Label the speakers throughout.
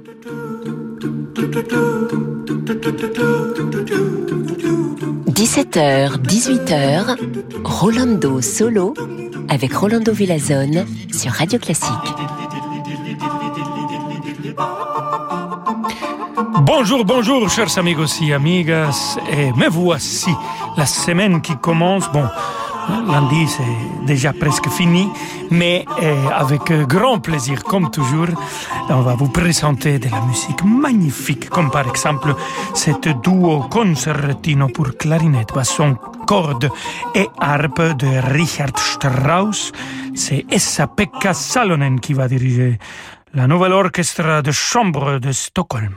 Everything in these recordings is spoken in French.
Speaker 1: 17h, 18h, Rolando Solo avec Rolando Villazone sur Radio Classique.
Speaker 2: Bonjour, bonjour, chers amigos y amigas, et me voici, la semaine qui commence. Bon, lundi c'est déjà presque fini, mais avec grand plaisir, comme toujours, on va vous présenter de la musique magnifique, comme par exemple cette duo concertino pour clarinette, basson, cordes et harpe de Richard Strauss. C'est Esa-Pekka Salonen qui va diriger la nouvelle orchestre de chambre de Stockholm.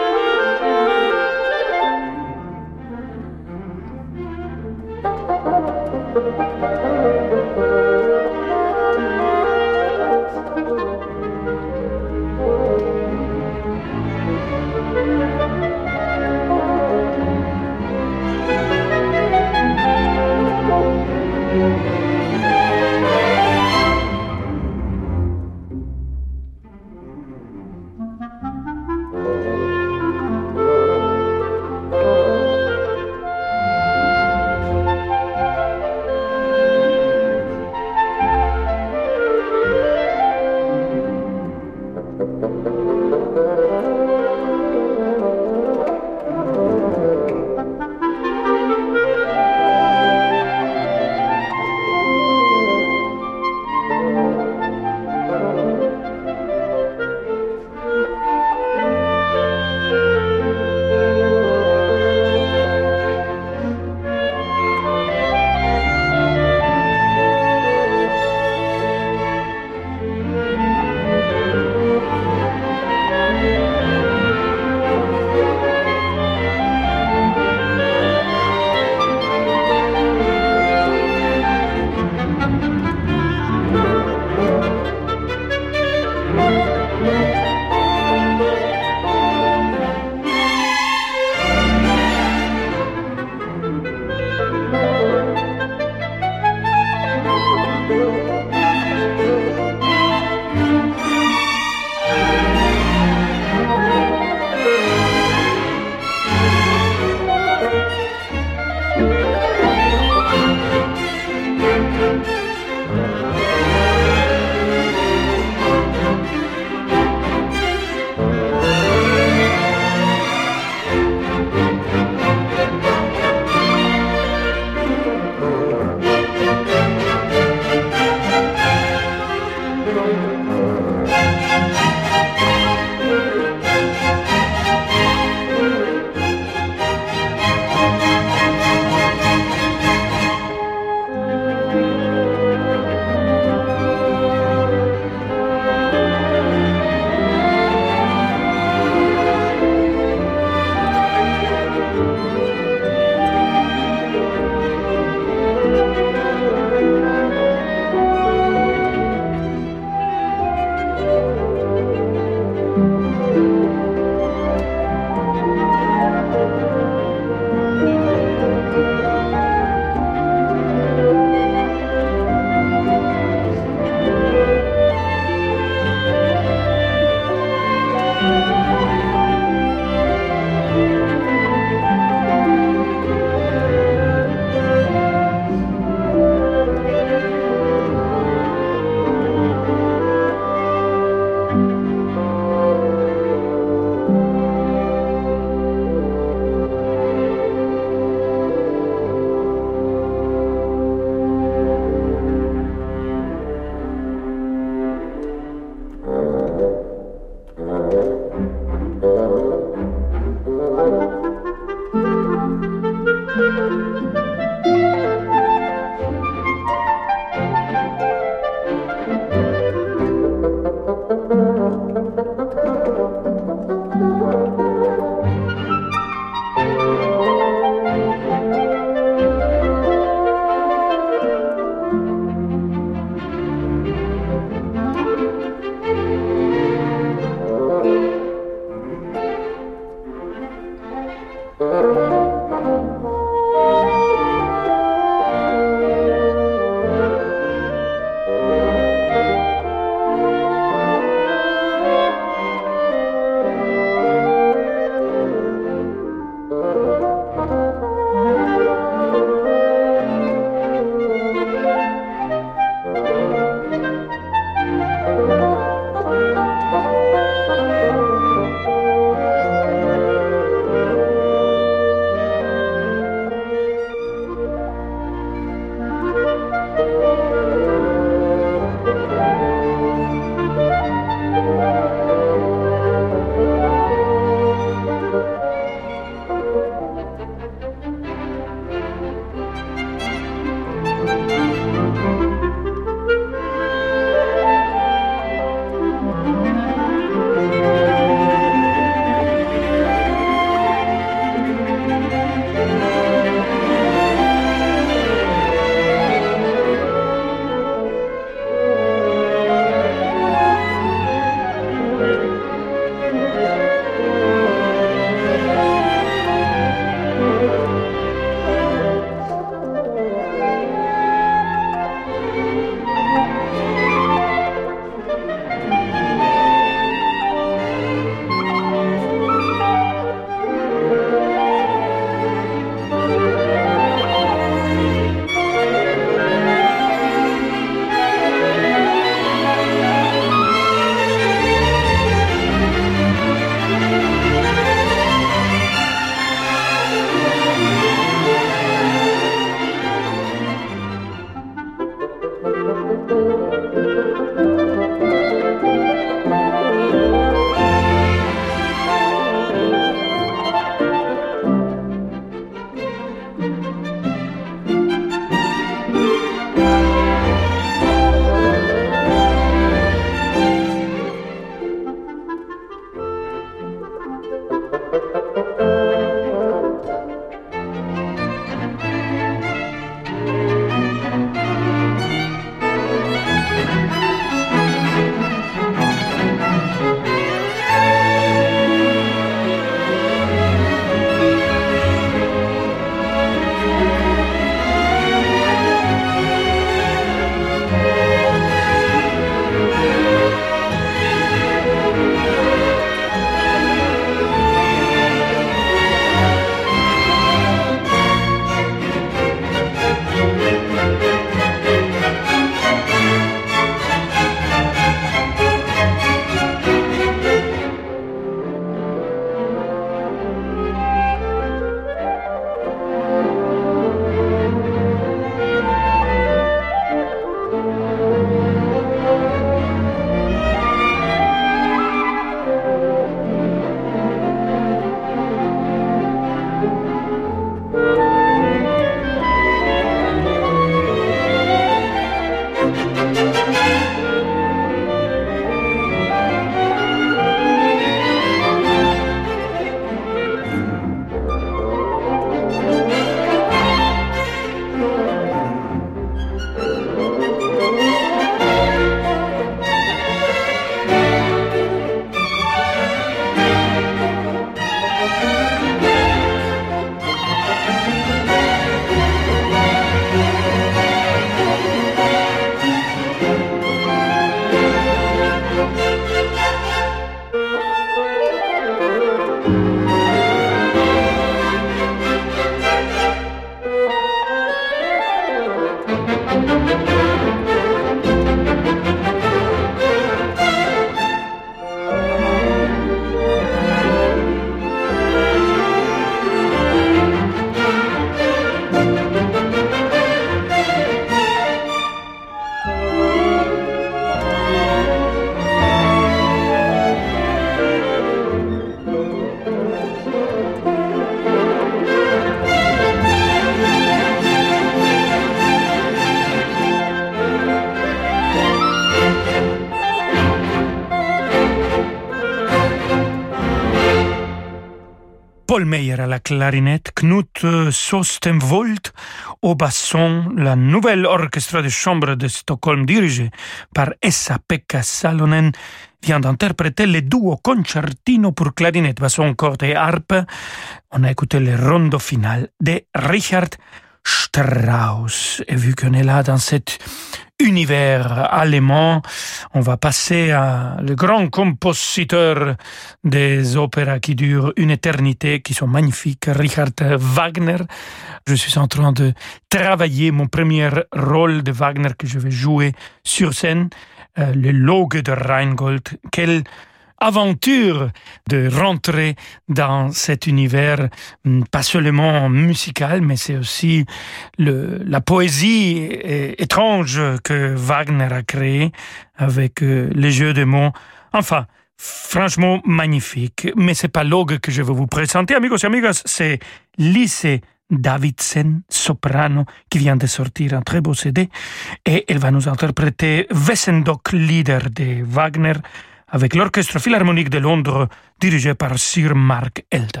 Speaker 2: Paul Meyer à la clarinette, Knut Sostenvold au basson, la nouvelle orchestre de chambre de Stockholm dirigée par Esa-Pekka Salonen vient d'interpréter le duo concertino pour clarinette, basson, corde et harpe. On a écouté le rondo final de Richard Strauss. Et vu qu'on est là dans cet univers allemand, on va passer à le grand compositeur des opéras qui durent une éternité, qui sont magnifiques, Richard Wagner. Je suis en train de travailler mon premier rôle de Wagner que je vais jouer sur scène, le Loge de Rheingold. Quelle aventure de rentrer dans cet univers, pas seulement musical, mais c'est aussi la poésie étrange que Wagner a créée avec les jeux de mots. Enfin, franchement magnifique. Mais c'est pas Loge que je vais vous présenter, amigos et amigas, c'est Lise Davidsen, soprano, qui vient de sortir un très beau CD, et elle va nous interpréter Wesendonck-Lieder de Wagner avec l'Orchestre Philharmonique de Londres dirigé par Sir Mark Elder.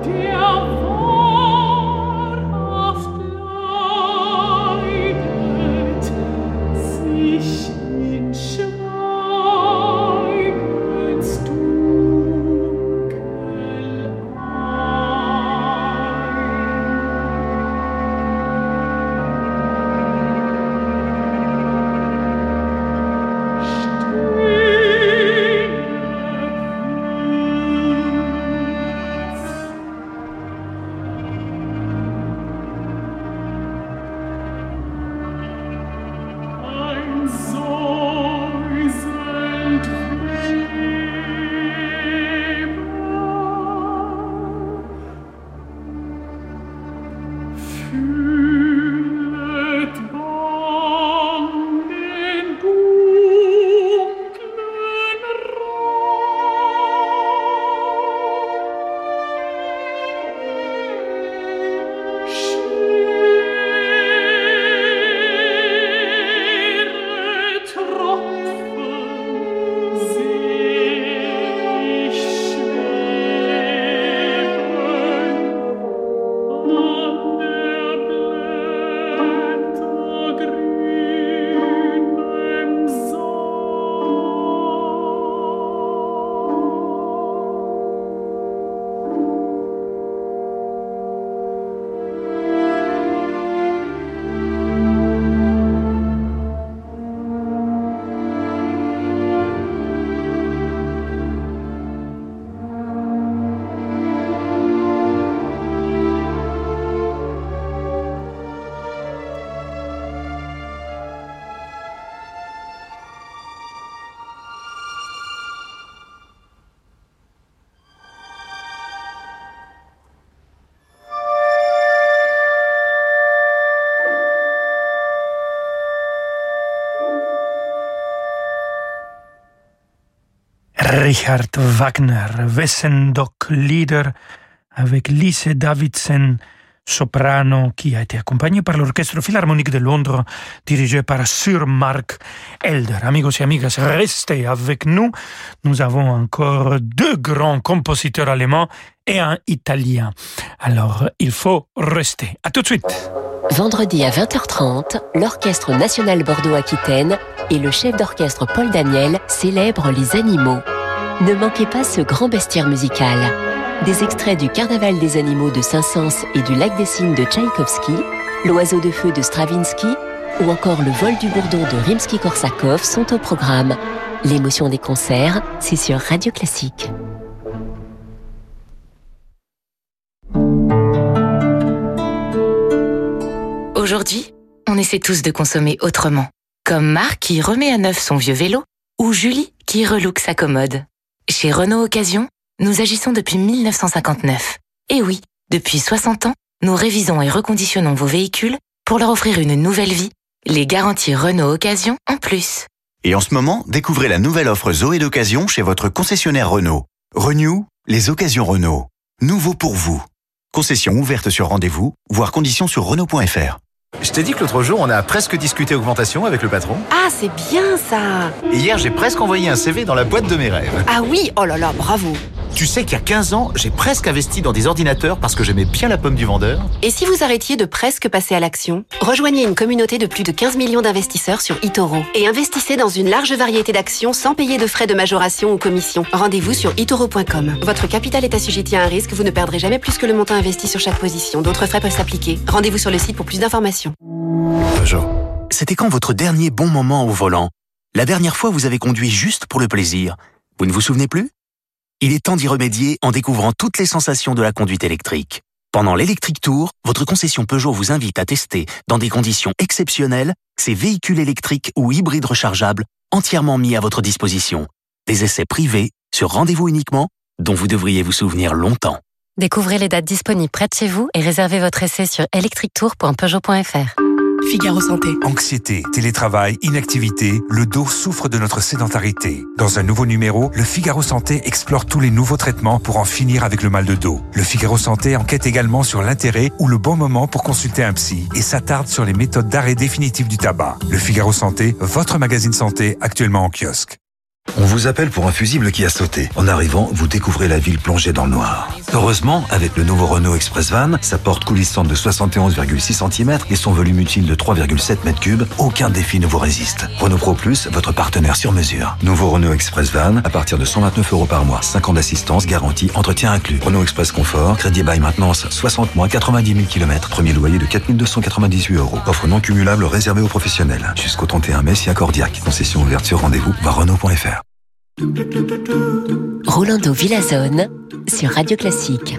Speaker 2: Richard Wagner, Wesendonck-Lieder avec Lise Davidsen, soprano, qui a été accompagné par l'Orchestre Philharmonique de Londres, dirigé par Sir Mark Elder. Amigos et amigas, restez avec nous. Nous avons encore deux grands compositeurs allemands et un italien. Alors, il faut rester. À tout de suite.
Speaker 1: Vendredi à 20h30, l'Orchestre National Bordeaux-Aquitaine et le chef d'orchestre Paul Daniel célèbrent les animaux. Ne manquez pas ce grand bestiaire musical. Des extraits du Carnaval des animaux de Saint-Saëns et du Lac des Cygnes de Tchaïkovski, L'Oiseau de feu de Stravinsky ou encore Le vol du bourdon de Rimsky-Korsakov sont au programme. L'émotion des concerts, c'est sur Radio Classique.
Speaker 3: Aujourd'hui, on essaie tous de consommer autrement. Comme Marc qui remet à neuf son vieux vélo ou Julie qui relook sa commode. Chez Renault Occasion, nous agissons depuis 1959. Et oui, depuis 60 ans, nous révisons et reconditionnons vos véhicules pour leur offrir une nouvelle vie. Les garanties Renault Occasion en plus.
Speaker 4: Et en ce moment, découvrez la nouvelle offre Zoé d'occasion chez votre concessionnaire Renault. Renew, les occasions Renault. Nouveau pour vous. Concession ouverte sur rendez-vous, voire conditions sur Renault.fr.
Speaker 5: Je t'ai dit que l'autre jour, on a presque discuté augmentation avec le patron.
Speaker 6: Ah, c'est bien ça!
Speaker 5: Et hier, j'ai presque envoyé un CV dans la boîte de mes rêves.
Speaker 6: Ah oui, oh là là, bravo!
Speaker 5: Tu sais qu'il y a 15 ans, j'ai presque investi dans des ordinateurs parce que j'aimais bien la pomme du vendeur.
Speaker 6: Et si vous arrêtiez de presque passer à l'action? Rejoignez une communauté de plus de 15 millions d'investisseurs sur eToro et investissez dans une large variété d'actions sans payer de frais de majoration ou commission. Rendez-vous sur eToro.com. Votre capital est assujetti à un risque, vous ne perdrez jamais plus que le montant investi sur chaque position. D'autres frais peuvent s'appliquer. Rendez-vous sur le site pour plus d'informations.
Speaker 7: Peugeot. C'était quand votre dernier bon moment au volant? La dernière fois, vous avez conduit juste pour le plaisir. Vous ne vous souvenez plus? Il est temps d'y remédier en découvrant toutes les sensations de la conduite électrique. Pendant l'Electric Tour, votre concession Peugeot vous invite à tester, dans des conditions exceptionnelles, ces véhicules électriques ou hybrides rechargeables entièrement mis à votre disposition. Des essais privés, sur rendez-vous uniquement, dont vous devriez vous souvenir longtemps.
Speaker 8: Découvrez les dates disponibles près de chez vous et réservez votre essai sur electrictour.peugeot.fr.
Speaker 6: Figaro Santé.
Speaker 9: Anxiété, télétravail, inactivité, le dos souffre de notre sédentarité. Dans un nouveau numéro, le Figaro Santé explore tous les nouveaux traitements pour en finir avec le mal de dos. Le Figaro Santé enquête également sur l'intérêt ou le bon moment pour consulter un psy et s'attarde sur les méthodes d'arrêt définitif du tabac. Le Figaro Santé, votre magazine santé actuellement en kiosque.
Speaker 10: On vous appelle pour un fusible qui a sauté. En arrivant, vous découvrez la ville plongée dans le noir. Heureusement, avec le nouveau Renault Express Van, sa porte coulissante de 71,6 cm et son volume utile de 3,7 m3, aucun défi ne vous résiste. Renault Pro Plus, votre partenaire sur mesure. Nouveau Renault Express Van, à partir de 129 € par mois. 5 ans d'assistance, garantie, entretien inclus. Renault Express Confort, crédit bail maintenance, 60 mois, 90 000 km. Premier loyer de 4 298 €. Offre non cumulable réservée aux professionnels. Jusqu'au 31 mai, si accordiaque. Concession ouverte sur rendez-vous, voir Renault.fr.
Speaker 1: Rolando Villazone sur Radio Classique.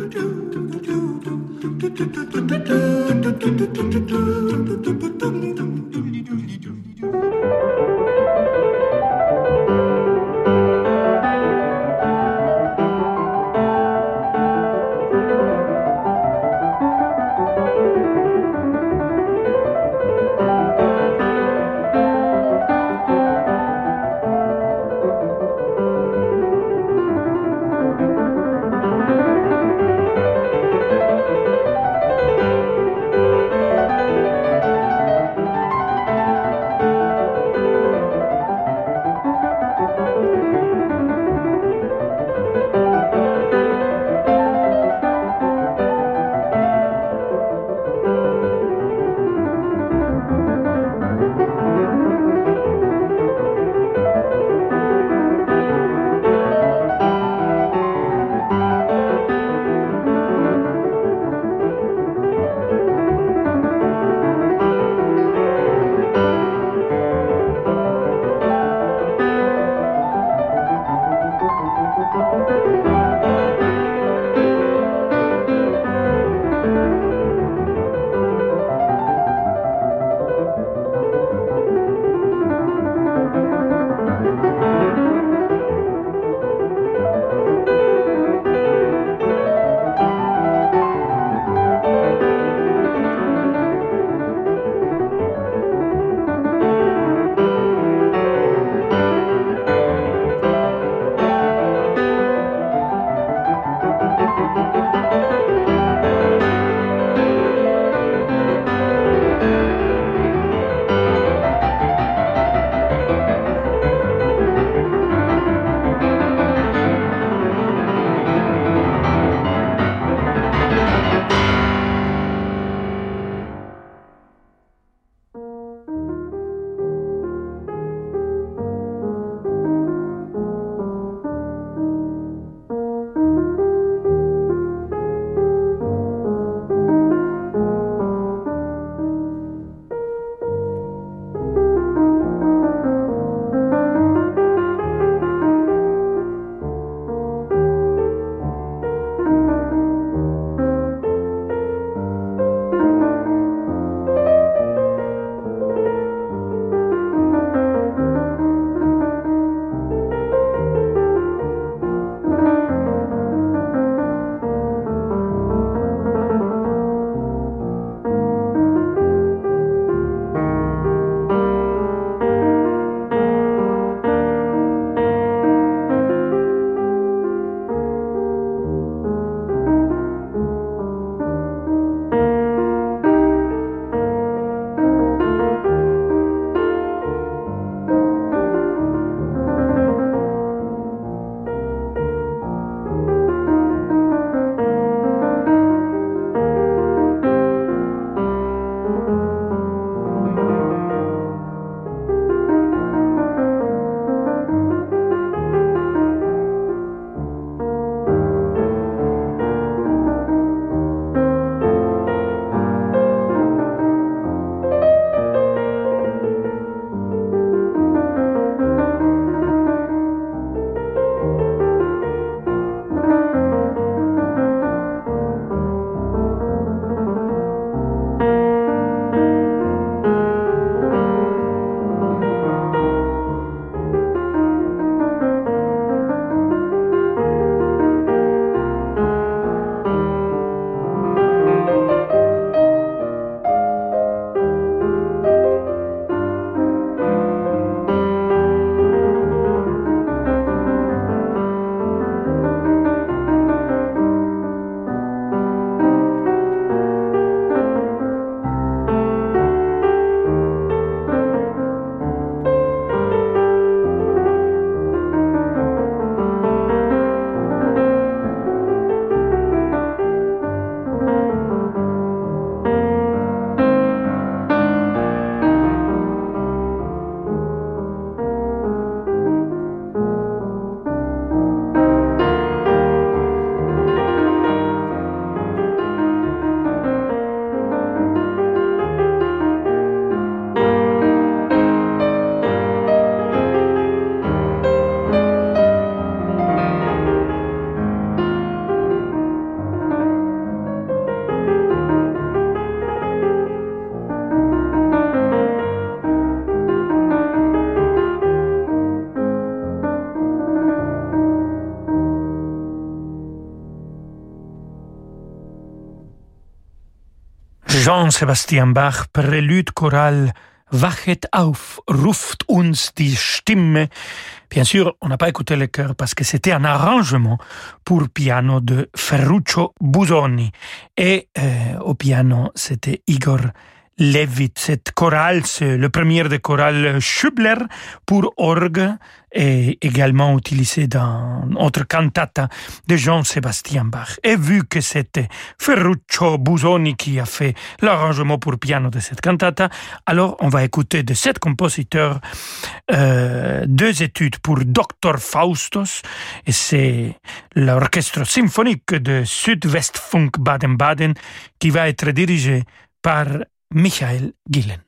Speaker 2: Jean-Sébastien Bach, prélude choral Wachet auf, ruft uns die Stimme. Bien sûr, on n'a pas écouté le chœur parce que c'était un arrangement pour piano de Ferruccio Busoni. Et au piano, c'était Igor Levit. Cette chorale, c'est le premier des chorales Schubler pour orgue et également utilisé dans autre cantata de Jean-Sébastien Bach. Et vu que c'était Ferruccio Busoni qui a fait l'arrangement pour piano de cette cantata, alors on va écouter de cet compositeur deux études pour Dr. Faustus, et c'est l'orchestre symphonique de Südwestfunk Baden-Baden qui va être dirigé par Michael Gillen.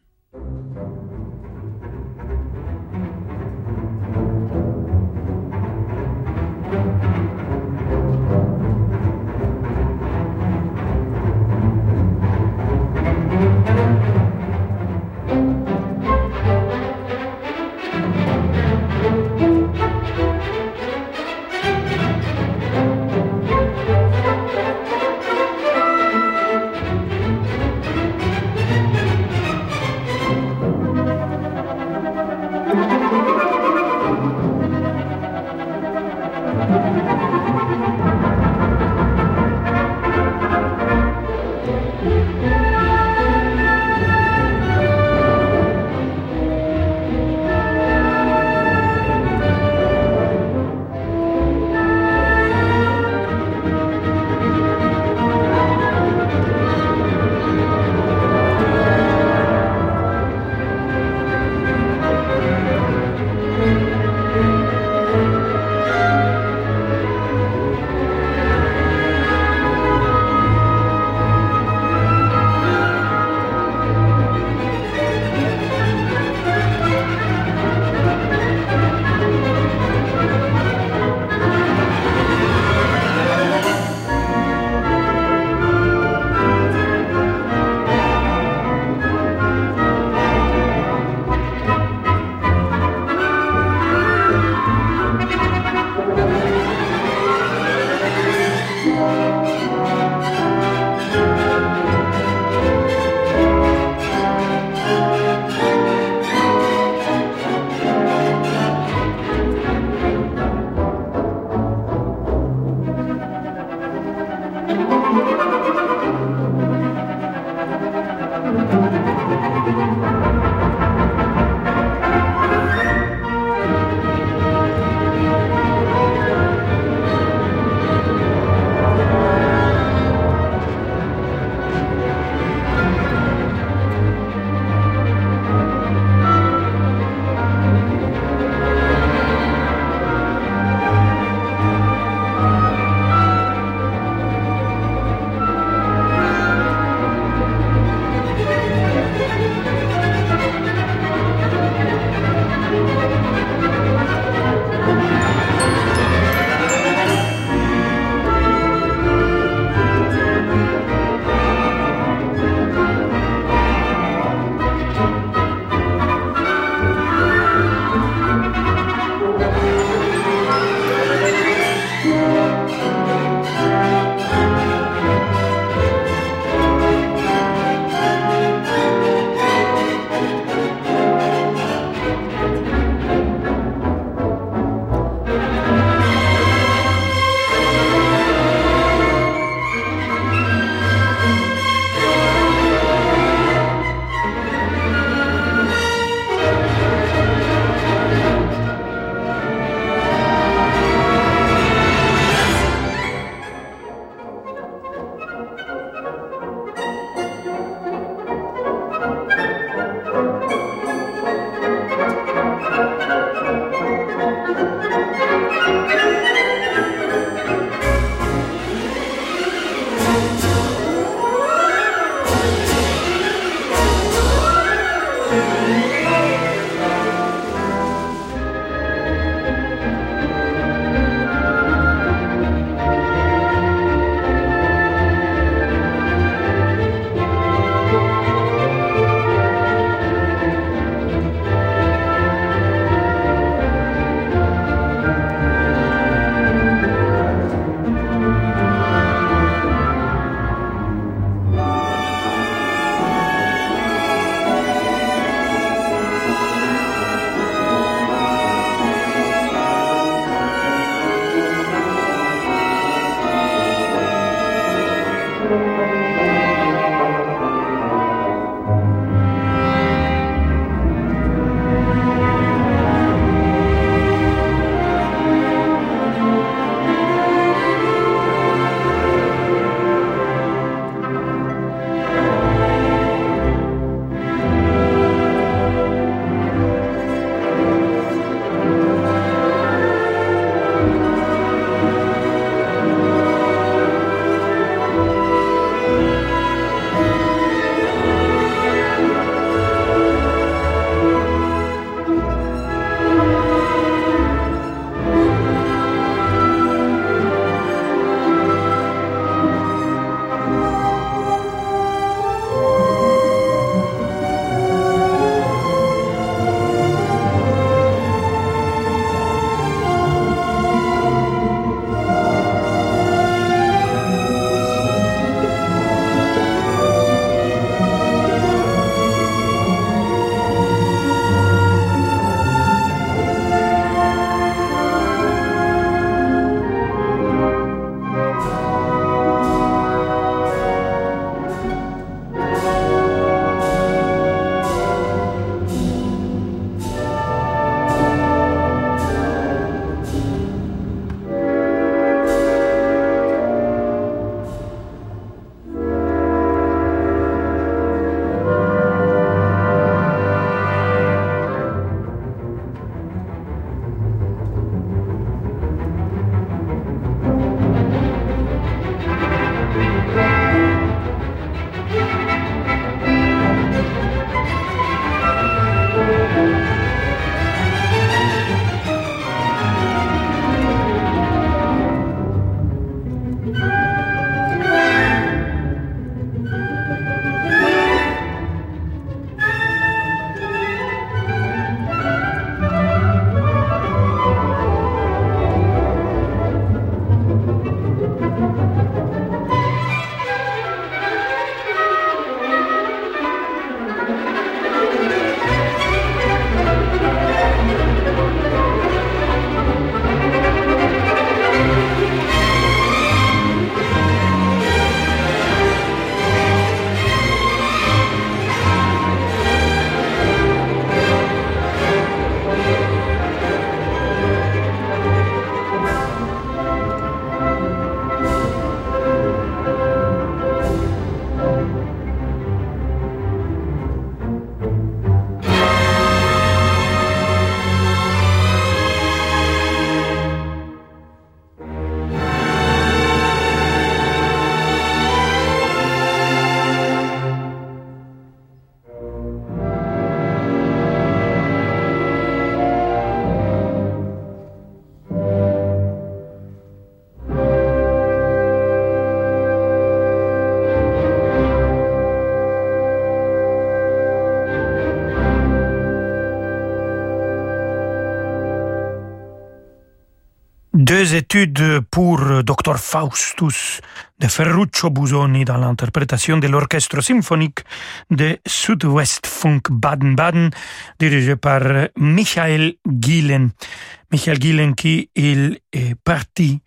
Speaker 2: Deux études pour Dr Faustus de Ferruccio Busoni dans l'interprétation de l'orchestre symphonique de Südwestfunk Baden-Baden, dirigé par Michael Gielen. Michael Gielen qui il est parti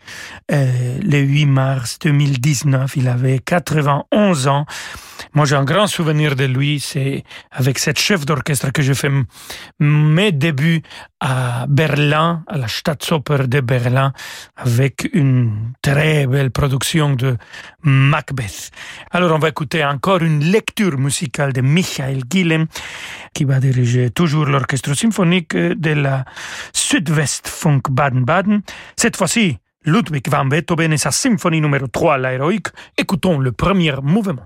Speaker 2: le 8 mars 2019, il avait 91 ans. Moi j'ai un grand souvenir de lui, c'est avec cette chef d'orchestre que j'ai fait mes débuts à Berlin, à la Staatsoper de Berlin, avec une très belle production de Macbeth. Alors on va écouter encore une lecture musicale de Michael Gielen qui va diriger toujours l'orchestre symphonique de la Südwestfunk Baden-Baden. Cette fois-ci, Ludwig van Beethoven et sa symphonie numéro 3, l'héroïque. Écoutons le premier mouvement.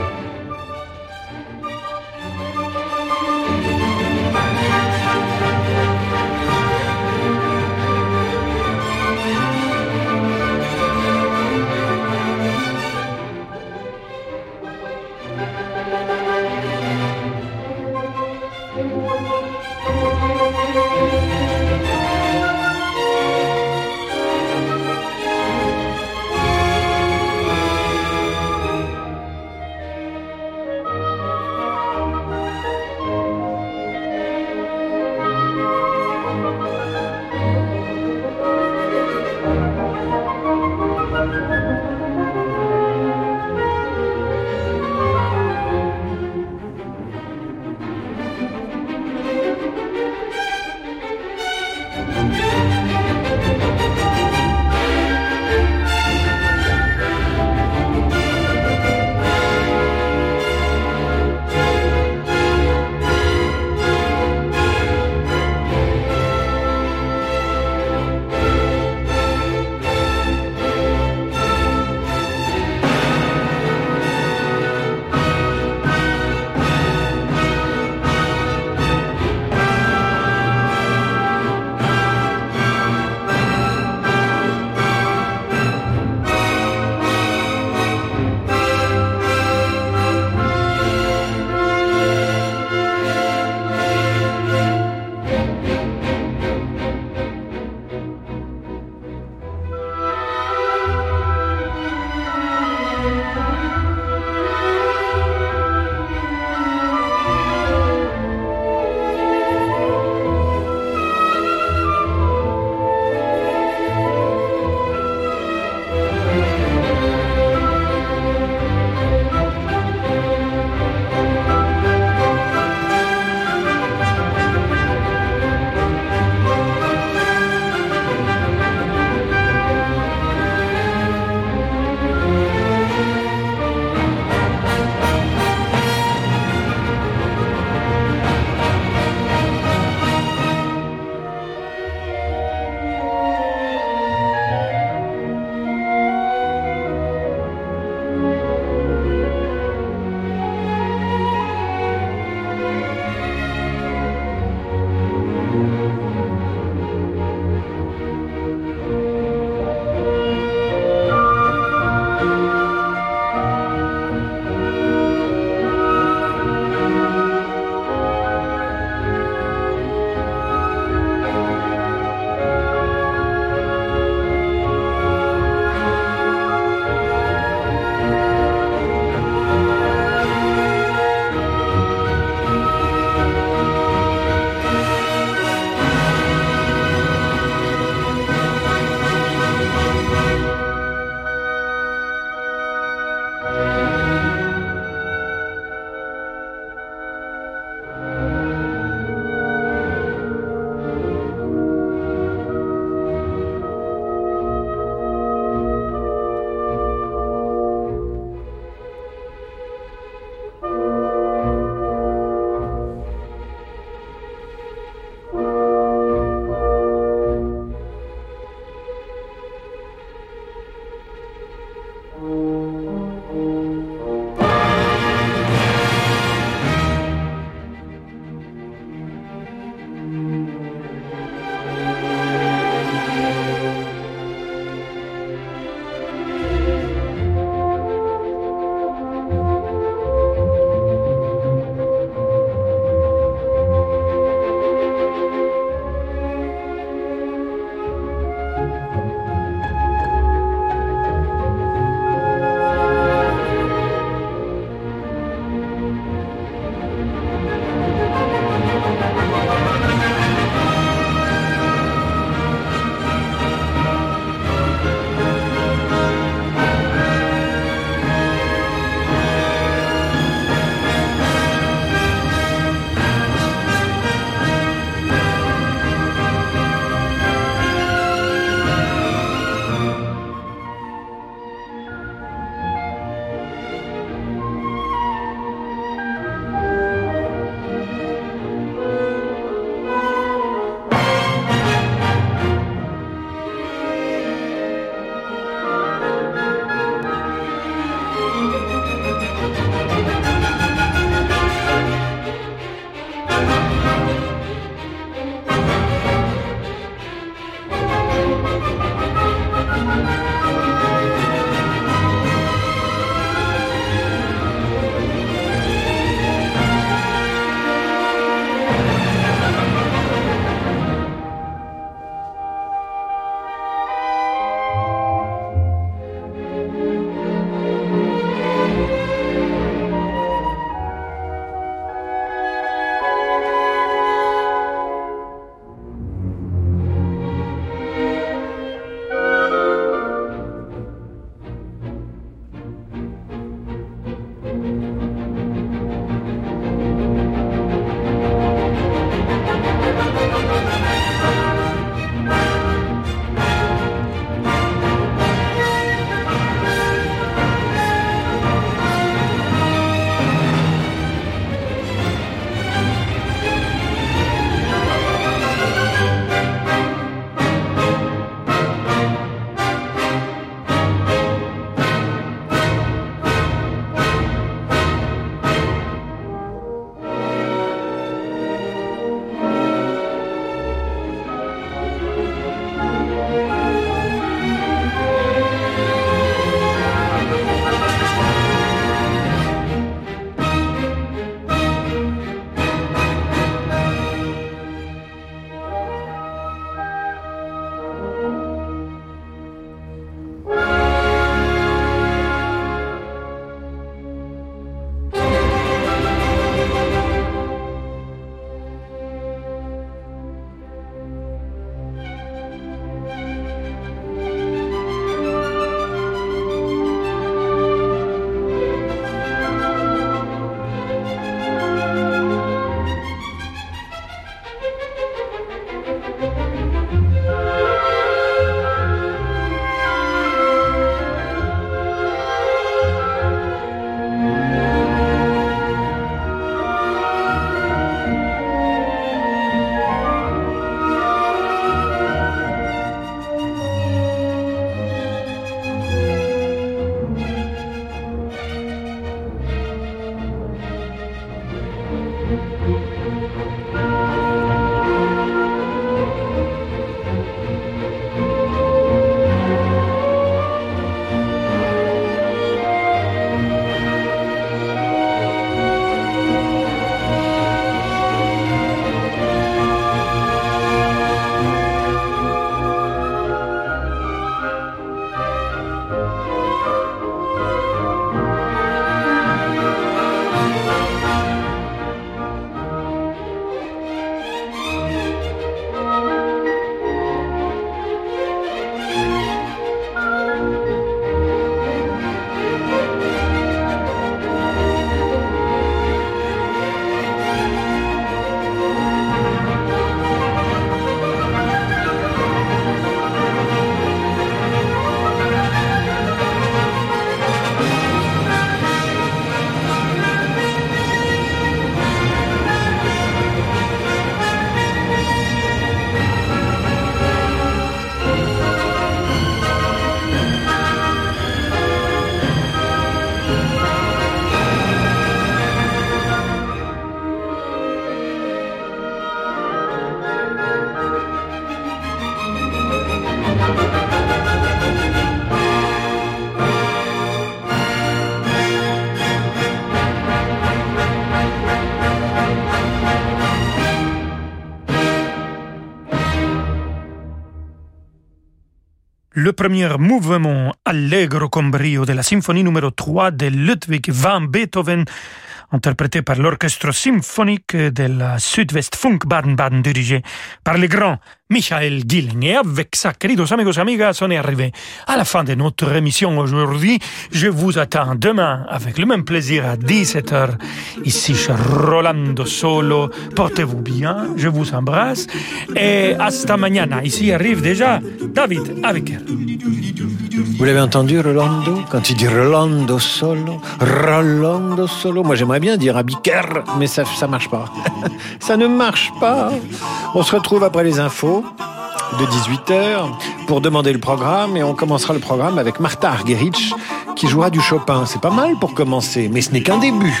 Speaker 2: le premier mouvement allegro con brio de la symphonie numéro 3 de Ludwig van Beethoven, interprété par l'orchestre symphonique de la Südwestfunk Baden-Baden dirigé par le grand Michael Gilling. Et avec ça, queridos amigos, amigas, on est arrivé à la fin de notre émission aujourd'hui. Je vous attends demain avec le même plaisir à 17h ici chez Rolando Solo. Portez-vous bien, je vous embrasse et hasta mañana. Ici arrive déjà David Aviker.
Speaker 11: Vous l'avez entendu, Rolando? Quand il dit Rolando Solo, moi j'aimerais bien dire Abiker, mais ça marche pas. Ça ne marche pas. On se retrouve après les infos de 18h pour demander le programme et on commencera le programme avec Martha Argerich qui jouera du Chopin. C'est pas mal pour commencer, mais ce n'est qu'un début.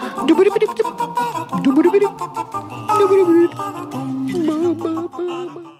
Speaker 11: Ba ba ba ba.